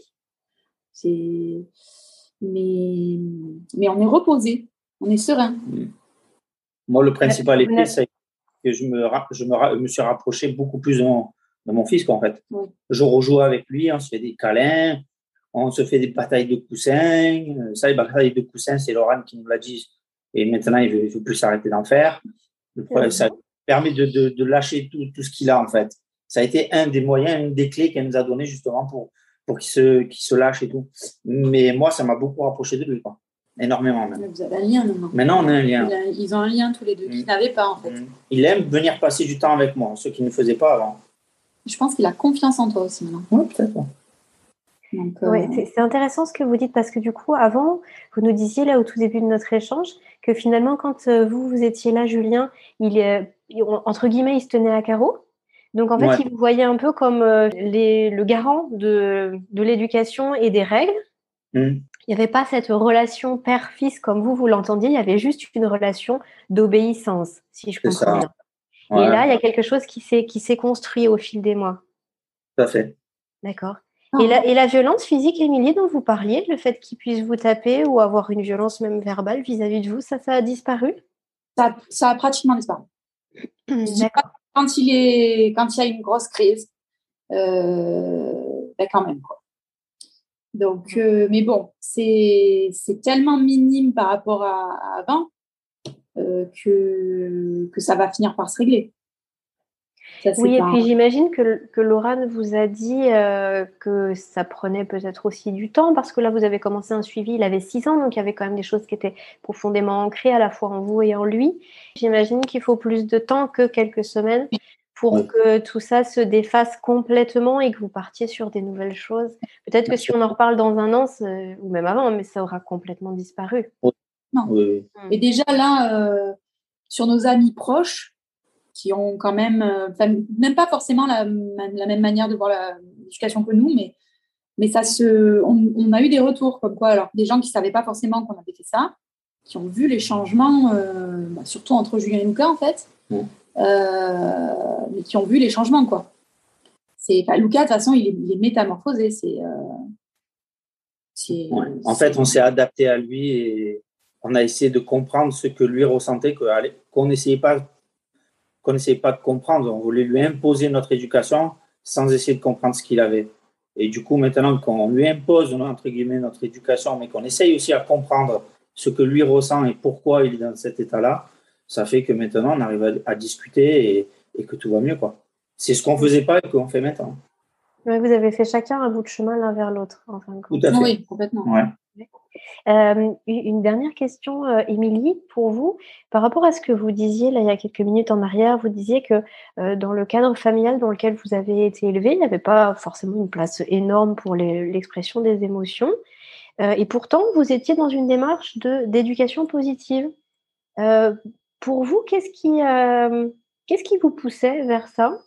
Mais on est reposé, on est serein. Moi, le principal effet, c'est que je me suis rapproché beaucoup plus de mon fils, quoi, en fait. Oui. Je rejoue avec lui, on se fait des câlins, on se fait des batailles de coussins. Ça, les batailles de coussins, c'est Laurent qui nous l'a dit. Et maintenant, il ne veut plus s'arrêter d'en faire. Ça permet de lâcher tout ce qu'il a, en fait. Ça a été un des moyens, une des clés qu'elle nous a donné justement pour qu'il se lâche et tout. Mais moi, ça m'a beaucoup rapproché de lui, quoi. Énormément même. Mais vous avez un lien maintenant. Maintenant, on a un lien. Ils ont un lien tous les deux qu'ils n'avaient pas, en fait. Il aime venir passer du temps avec moi, ce qu'il ne faisait pas avant. Je pense qu'il a confiance en toi aussi maintenant. Oui, peut-être. Donc, c'est intéressant ce que vous dites parce que du coup, avant, vous nous disiez là au tout début de notre échange que finalement, quand vous étiez là, Julien, entre guillemets, il se tenait à carreau. Donc en fait, il vous voyait un peu comme le garant de l'éducation et des règles. Il n'y avait pas cette relation père-fils comme vous l'entendiez, il y avait juste une relation d'obéissance, si je comprends bien. Ouais. Et là, il y a quelque chose qui s'est construit au fil des mois. Tout à fait. D'accord. Et la violence physique, Émilie, dont vous parliez, le fait qu'il puisse vous taper ou avoir une violence même verbale vis-à-vis de vous, ça a disparu? Ça a pratiquement disparu. D'accord. Quand il y a une grosse crise, quand même, quoi. Donc, mais bon, c'est tellement minime par rapport à avant que ça va finir par se régler. Ça, oui, et puis j'imagine que Laurent vous a dit que ça prenait peut-être aussi du temps parce que là, vous avez commencé un suivi, il avait 6 ans, donc il y avait quand même des choses qui étaient profondément ancrées à la fois en vous et en lui. J'imagine qu'il faut plus de temps que quelques semaines pour que tout ça se défasse complètement et que vous partiez sur des nouvelles choses. Peut-être que si on en reparle dans un an, ou même avant, mais ça aura complètement disparu. Non. Oui. Et déjà là, sur nos amis proches, qui ont quand même, même pas forcément la même manière de voir l'éducation que nous, mais on a eu des retours comme quoi, alors des gens qui ne savaient pas forcément qu'on avait fait ça, qui ont vu les changements, surtout entre Julien et Lucas en fait, mais qui ont vu les changements quoi. Lucas de toute façon il est métamorphosé, En fait, on s'est adapté à lui et on a essayé de comprendre ce que lui ressentait, qu'on n'essayait pas de comprendre. On voulait lui imposer notre éducation sans essayer de comprendre ce qu'il avait. Et du coup, maintenant qu'on lui impose, entre guillemets, notre éducation, mais qu'on essaye aussi à comprendre ce que lui ressent et pourquoi il est dans cet état-là, ça fait que maintenant, on arrive à discuter et que tout va mieux, quoi. C'est ce qu'on ne faisait pas et qu'on fait maintenant. Ouais, vous avez fait chacun un bout de chemin l'un vers l'autre, en fin de compte. Tout à fait. Oui, complètement. Ouais. Une dernière question, Émilie, pour vous, par rapport à ce que vous disiez là, il y a quelques minutes en arrière, vous disiez que dans le cadre familial dans lequel vous avez été élevé, il n'y avait pas forcément une place énorme pour l'expression des émotions, et pourtant vous étiez dans une démarche d'éducation positive. Pour vous, qu'est-ce qui vous poussait vers ça?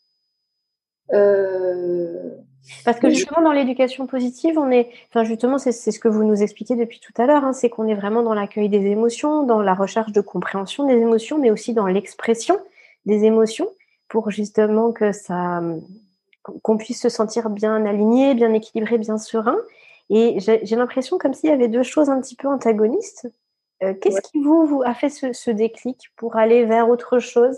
Parce que justement, dans l'éducation positive, justement, c'est ce que vous nous expliquez depuis tout à l'heure, hein, c'est qu'on est vraiment dans l'accueil des émotions, dans la recherche de compréhension des émotions, mais aussi dans l'expression des émotions pour justement qu'on puisse se sentir bien aligné, bien équilibré, bien serein. Et j'ai l'impression comme s'il y avait 2 choses un petit peu antagonistes. Qu'est-ce qui vous a fait ce déclic pour aller vers autre chose?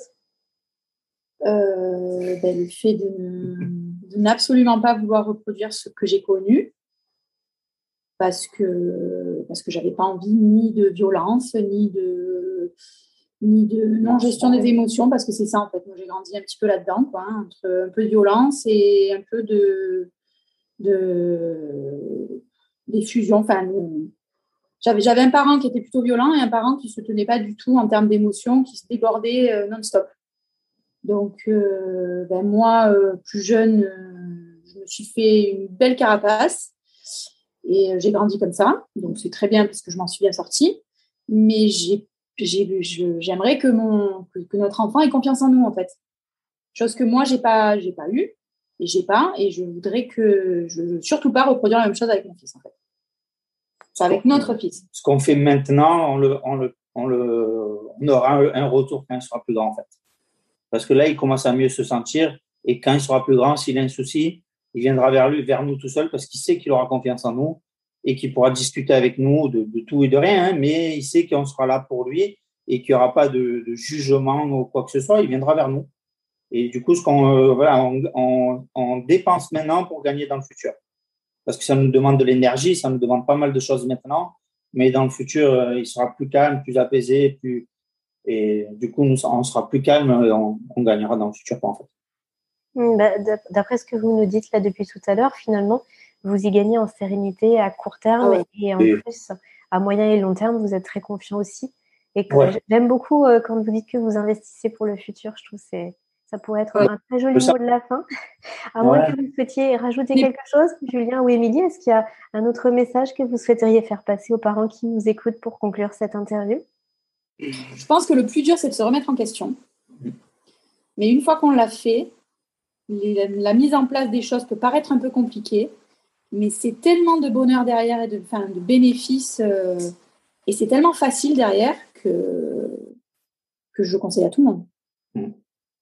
Le fait de n'absolument pas vouloir reproduire ce que j'ai connu parce que j'avais pas envie ni de violence ni de non-gestion des émotions parce que c'est ça en fait. Moi j'ai grandi un petit peu là-dedans quoi, hein, entre un peu de violence et un peu d'effusion. Enfin, j'avais un parent qui était plutôt violent et un parent qui se tenait pas du tout en termes d'émotions, qui se débordait non-stop. Donc, moi, plus jeune, je me suis fait une belle carapace et j'ai grandi comme ça. Donc, c'est très bien parce que je m'en suis bien sortie. Mais j'aimerais que notre enfant ait confiance en nous, en fait. Chose que moi, j'ai pas eu et je voudrais surtout pas reproduire la même chose avec mon fils, en fait. C'est avec notre fils. Ce qu'on fait maintenant, on aura un retour quand il sera plus grand, en fait. Parce que là, il commence à mieux se sentir et quand il sera plus grand, s'il a un souci, il viendra vers nous tout seul parce qu'il sait qu'il aura confiance en nous et qu'il pourra discuter avec nous de tout et de rien, hein, mais il sait qu'on sera là pour lui et qu'il n'y aura pas de jugement ou quoi que ce soit, il viendra vers nous. Et du coup, on dépense maintenant pour gagner dans le futur. parce que ça nous demande de l'énergie, ça nous demande pas mal de choses maintenant, mais dans le futur, il sera plus calme, plus apaisé, et du coup, on sera plus calme et on gagnera dans le futur, en fait. D'après ce que vous nous dites là depuis tout à l'heure, finalement, vous y gagnez en sérénité à court terme et en plus, à moyen et long terme, vous êtes très confiant aussi. Et j'aime beaucoup quand vous dites que vous investissez pour le futur. Je trouve que ça pourrait être un très joli mot de la fin. À moins que vous souhaitiez rajouter quelque chose, Julien ou Émilie, est-ce qu'il y a un autre message que vous souhaiteriez faire passer aux parents qui nous écoutent pour conclure cette interview? Je pense que le plus dur, c'est de se remettre en question. Mais une fois qu'on l'a fait, la mise en place des choses peut paraître un peu compliquée, mais c'est tellement de bonheur derrière et de bénéfices, et c'est tellement facile derrière que je conseille à tout le monde.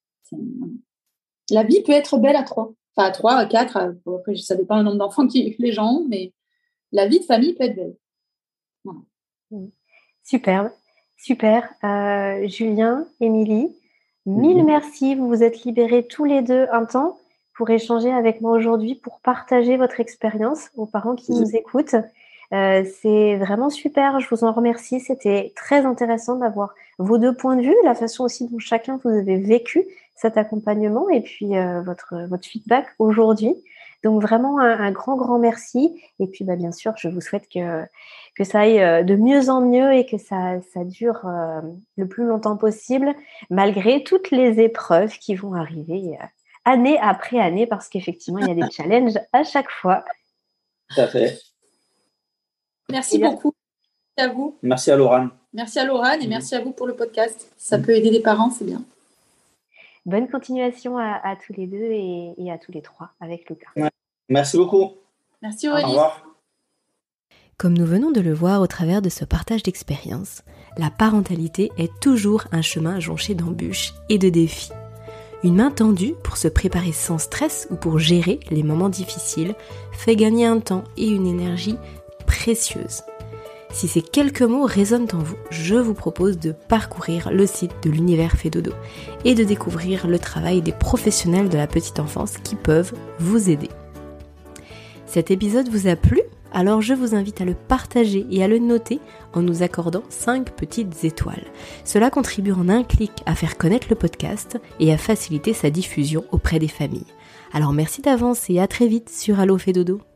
La vie peut être belle à 3. Enfin, à 3, à 4, après, ça dépend du nombre d'enfants que les gens ont, mais la vie de famille peut être belle. Voilà. Superbe. Super. Julien, Émilie, mille merci. Vous vous êtes libérés tous les deux un temps pour échanger avec moi aujourd'hui, pour partager votre expérience aux parents qui nous écoutent. C'est vraiment super. Je vous en remercie. C'était très intéressant d'avoir vos deux points de vue, la façon aussi dont chacun vous avez vécu cet accompagnement et puis votre feedback aujourd'hui. Donc vraiment un grand merci. Et puis bien sûr, je vous souhaite que ça aille de mieux en mieux et que ça dure le plus longtemps possible, malgré toutes les épreuves qui vont arriver année après année, parce qu'effectivement, il y a des challenges à chaque fois. Tout à fait. Merci beaucoup. Merci à vous. Merci à Laurane. Merci à Laurane et merci à vous pour le podcast. Ça peut aider les parents, c'est bien. Bonne continuation à tous les deux et à tous les trois avec Lucas. Ouais. Merci beaucoup. Merci Aurélie. Au revoir. Comme nous venons de le voir au travers de ce partage d'expérience, la parentalité est toujours un chemin jonché d'embûches et de défis. Une main tendue pour se préparer sans stress ou pour gérer les moments difficiles fait gagner un temps et une énergie précieuse. Si ces quelques mots résonnent en vous, je vous propose de parcourir le site de l'Univers Fedodo et de découvrir le travail des professionnels de la petite enfance qui peuvent vous aider. Cet épisode vous a plu ? Alors je vous invite à le partager et à le noter en nous accordant 5 petites étoiles. Cela contribue en un clic à faire connaître le podcast et à faciliter sa diffusion auprès des familles. Alors merci d'avance et à très vite sur Allo Fedodo.